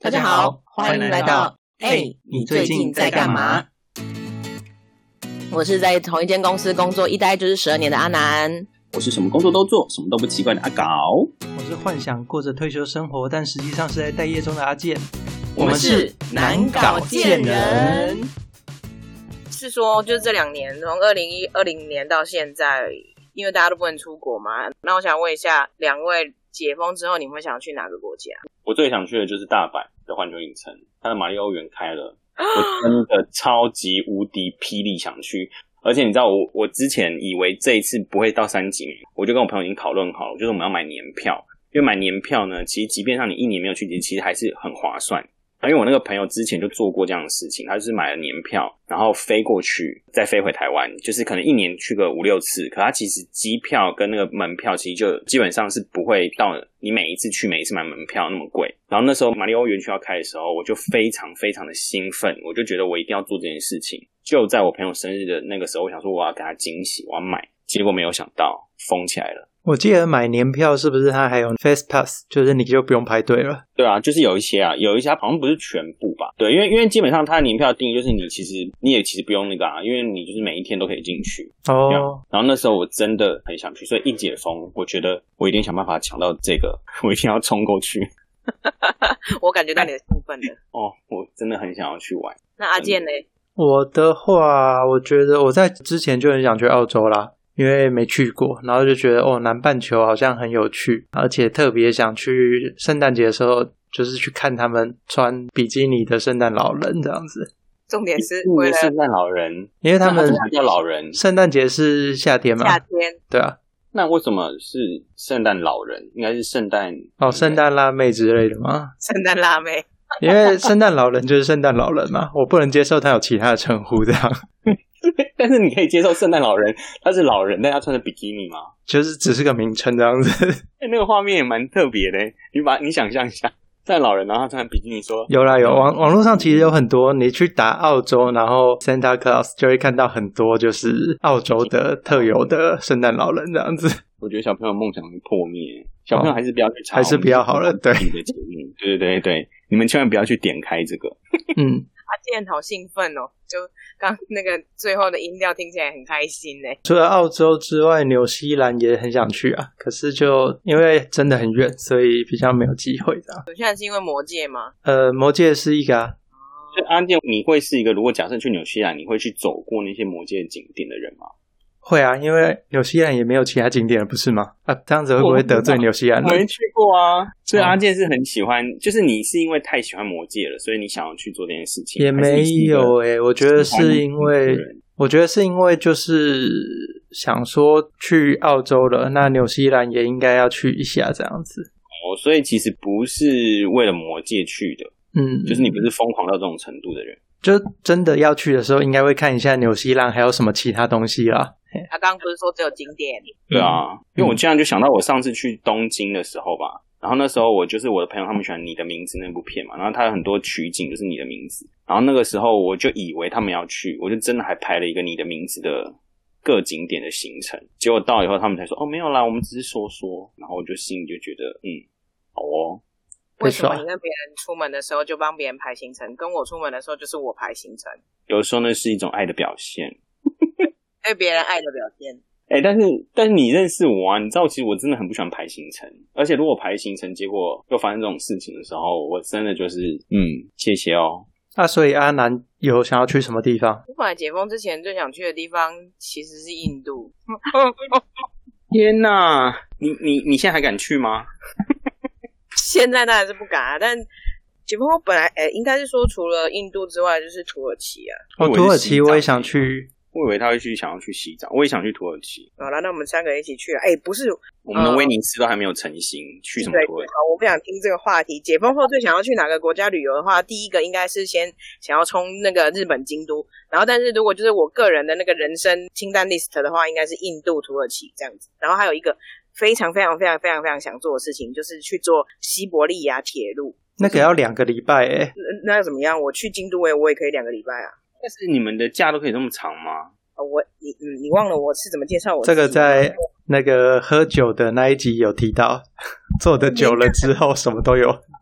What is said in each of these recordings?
大家好，欢迎来到你最近在干嘛？ 我是在同一间公司工作一待就是12年的阿南。 我是什么工作都做，什么都不奇怪的阿搞。 我是幻想过着退休生活，但实际上是在待业中的阿健。 我们是难搞贱人。是说就是这2年，从2020年到现在，因为大家都不能出国嘛，那我想问一下两位，解封之后你们会想去哪个国家？ 我最想去的就是大阪的环球影城，它的马里欧园开了，我真的超级无敌霹雳想去。而且你知道我之前以为这一次不会到3级，我就跟我朋友已经讨论好了，就是我们要买年票。因为买年票呢，其实即便让你1年没有去，其实还是很划算。因为我那个朋友之前就做过这样的事情，他就是买了年票，然后飞过去再飞回台湾，就是可能1年去个5-6次，可他其实机票跟那个门票其实就基本上是不会到你每一次去每一次买门票那么贵。然后那时候马里欧园区要开的时候，我就非常非常的兴奋，我就觉得我一定要做这件事情。就在我朋友生日的那个时候，我想说我要给他惊喜，我要买，结果没有想到封起来了。 我记得买年票是不是它还有 Fast Pass， 就是你就不用排队了？ 对啊，就是有一些它好像不是全部吧？对，因为基本上它的年票的定义就是你也其实不用那个因为你就是每一天都可以进去哦。然后那时候我真的很想去，所以一解封，我觉得我一定想办法抢到这个，我一定要冲过去。 我感觉到你的兴奋了哦，我真的很想要去玩。 那阿健呢？ 我的话，我觉得我在之前就很想去澳洲啦。因为没去过，然后就觉得南半球好像很有趣，而且特别想去圣诞节的时候，就是去看他们穿比基尼的圣诞老人这样子。 重点是为了圣诞老人， 因为他们叫老人。 圣诞节是夏天嘛？ 夏天， 对啊。 那为什么是圣诞老人？应该是圣诞圣诞辣妹之类的吗？ 圣诞辣妹， 因为圣诞老人就是圣诞老人嘛，我不能接受他有其他的称呼这样。 但是你可以接受圣诞老人他是老人但他穿的比基尼吗？ 就是只是个名称这样子。 那个画面也蛮特别的，你想象一下，圣诞老人然后他穿比基尼说有啦有网络上其实有很多，你去打澳洲然后 Santa Claus 就会看到很多就是澳洲的特有的圣诞老人这样子。 我觉得小朋友梦想会破灭，小朋友还是不要去查， 还是比较好了。对对，你们千万不要去点开这个。 阿健好兴奋哦，就刚那个最后的音调听起来很开心耶。 除了澳洲之外，纽西兰也很想去啊，可是就因为真的很远，所以比较没有机会这样。 现在是因为魔戒吗？ 魔戒是一个所以阿健，你会是一个如果假设去纽西兰，你会去走过那些魔戒景点的人吗？ 会啊，因为纽西兰也没有其他景点了，不是吗？这样子会不会得罪纽西兰人？ 我没去过啊，所以阿健是很喜欢，就是你是因为太喜欢魔戒了，所以你想要去做这件事情？ 也没有我觉得是因为就是想说去澳洲了，那纽西兰也应该要去一下这样子。 所以其实不是为了魔戒去的，就是你不是疯狂到这种程度的人。 就真的要去的时候，应该会看一下纽西兰还有什么其他东西啦。 他刚刚不是说只有景点？ 对啊，因为我这样就想到我上次去东京的时候吧，然后那时候我的朋友他们喜欢《你的名字》那部片嘛，然后他有很多取景就是你的名字，然后那个时候我就以为他们要去，我就真的还排了一个你的名字的各景点的行程，结果到以后他们才说没有啦，我们只是说，然后我就心里就觉得好哦。 为什么你跟别人出门的时候就帮别人排行程，跟我出门的时候就是我排行程？ 有时候那是一种爱的表现。 对别人爱的表现。 但是你认识我啊，你知道其实我真的很不喜欢排行程，而且如果排行程结果又发生这种事情的时候，我真的就是谢谢哦。 所以阿南有想要去什么地方？ 我本来解封之前最想去的地方其实是印度。 天哪，你现在还敢去吗？ 现在当然是不敢啊，但解封后本来应该是说除了印度之外就是土耳其啊。 土耳其我也想去。 我以为他会想要去西藏，我也想去土耳其。 好了，那我们3个一起去了。不是， 我们的威尼斯都还没有成型，去什么土耳其？ 好，我不想听这个话题。解封后最想要去哪个国家旅游的话，第一个应该是先想要冲那个日本京都，然后但是如果就是我个人的那个人生清单 list 的话，应该是印度、土耳其这样子。然后还有一个非常非常非常非常非常想做的事情，就是去做西伯利亚铁路。 那个要2个礼拜那怎么样？我去京都我也可以2个礼拜啊。 但是你们的假都可以这么长吗？ 你忘了我是怎么介绍我这个在那个喝酒的那一集有提到，做的久了之后什么都有。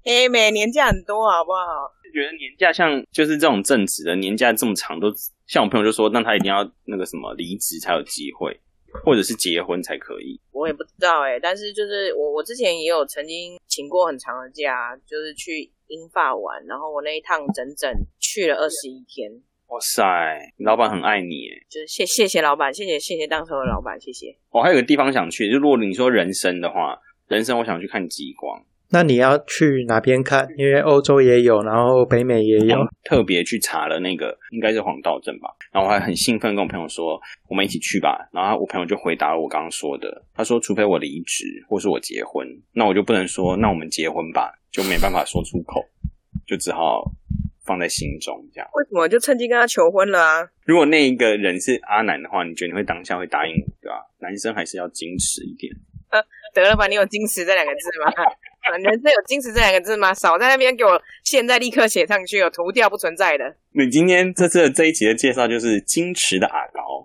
每年假很多好不好？ 就觉得年假像就是这种正职的年假这么长，都像我朋友就说，那他一定要那个什么离职才有机会，或者是结婚才可以。 我也不知道但是就是我之前也有曾经请过很长的假，就是去英法玩，然后我那一趟整整去了21天。 哇塞，老板很爱你耶！ 就是谢谢老板，谢谢当时的老板，谢谢。 我还有个地方想去，就如果你说人参的话，人参我想去看极光。 那你要去哪边看？因为欧洲也有，然后北美也有。 特别去查了那个应该是黄道镇吧，然后我还很兴奋跟我朋友说我们一起去吧，然后我朋友就回答了我刚刚说的，他说除非我离职或是我结婚，那我就不能说那我们结婚吧，就没办法说出口，就只好放在心中这样。 为什么就趁机跟他求婚了啊？ 如果那一个人是阿南的话，你觉得你会当下会答应我对吧？男生还是要矜持一点。 得了吧，你有矜持这2个字吗？人生有矜持这2个字吗？少在那边给我现在立刻写上去，有涂掉不存在的。 你今天这次的这一集的介绍就是矜持的阿高。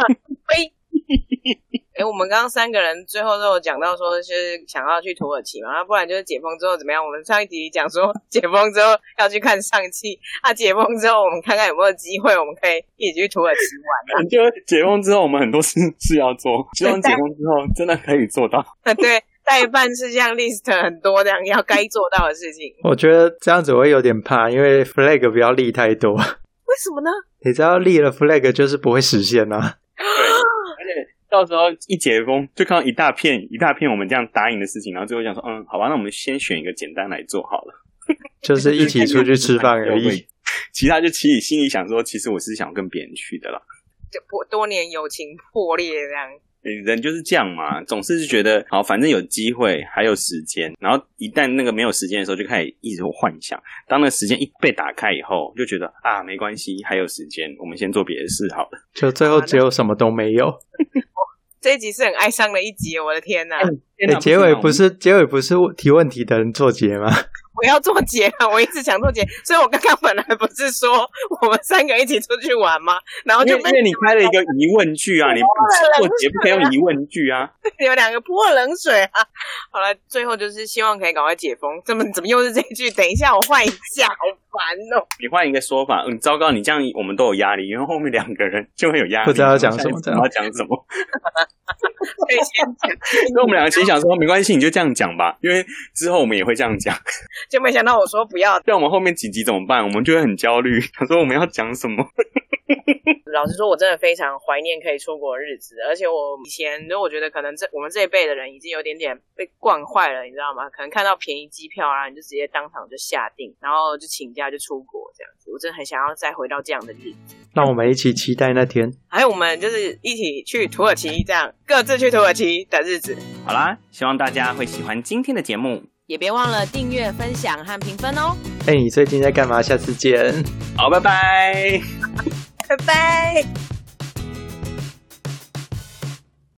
我们刚刚3个人最后都有讲到说就是想要去土耳其嘛，不然就是解封之后怎么样？我们上一集讲说解封之后要去看上汽，解封之后我们看看有没有机会我们可以一起去土耳其玩。 就解封之后我们很多事要做，希望解封之后真的可以做到。 对，代办事项 list 很多这样要该做到的事情。 我觉得这样子我会有点怕，因为 flag 不要立太多。 为什么呢？ 你知道立了 flag 就是不会实现啊。 到时候一解封就看到一大片我们这样答应的事情，然后最后想说好吧，那我们先选一个简单来做好了，就是一起出去吃饭而已。 其他就心里想说其实我是想跟别人去的啦， 就多年友情破裂这样。 人就是这样嘛，总是觉得好反正有机会还有时间，然后一旦那个没有时间的时候就开始一直幻想，当那个时间一被打开以后就觉得没关系还有时间，我们先做别的事好了，就最后只有什么都没有。 这一集是很哀伤的一集，我的天哪！ 结尾不是提问题的人做结吗？ 我要做结啊！我一直想做结，所以我刚刚本来不是说我们3个一起出去玩吗？然后就因为你开了一个疑问句啊，你做结不可以用疑问句啊， 你们2个泼冷水啊！好了，最后就是希望可以赶快解封。怎么又是这一句？等一下我换一下，好烦哦！ 你换一个说法，糟糕，你这样我们都有压力，因为后面2个人就会有压力， 不知道要讲什么， 要讲什么。 可以先讲， 所以我们2个其实想说没关系，你就这样讲吧，因为之后我们也会这样讲。 就没想到我说不要， 那我们后面几集怎么办？我们就会很焦虑，想说我们要讲什么。 老实说，我真的非常怀念可以出国的日子，而且我以前我觉得可能我们这一辈的人已经有点被惯坏了，你知道吗？可能看到便宜机票你就直接当场就下定，然后就请假就出国这样子。我真的很想要再回到这样的日子。 那我们一起期待那天， 还有我们就是一起去土耳其，这样各自去土耳其的日子。 好啦，希望大家会喜欢今天的节目， 也别忘了订阅、分享和评分哦。 你最近在干嘛？下次见。 好，拜拜。 拜拜。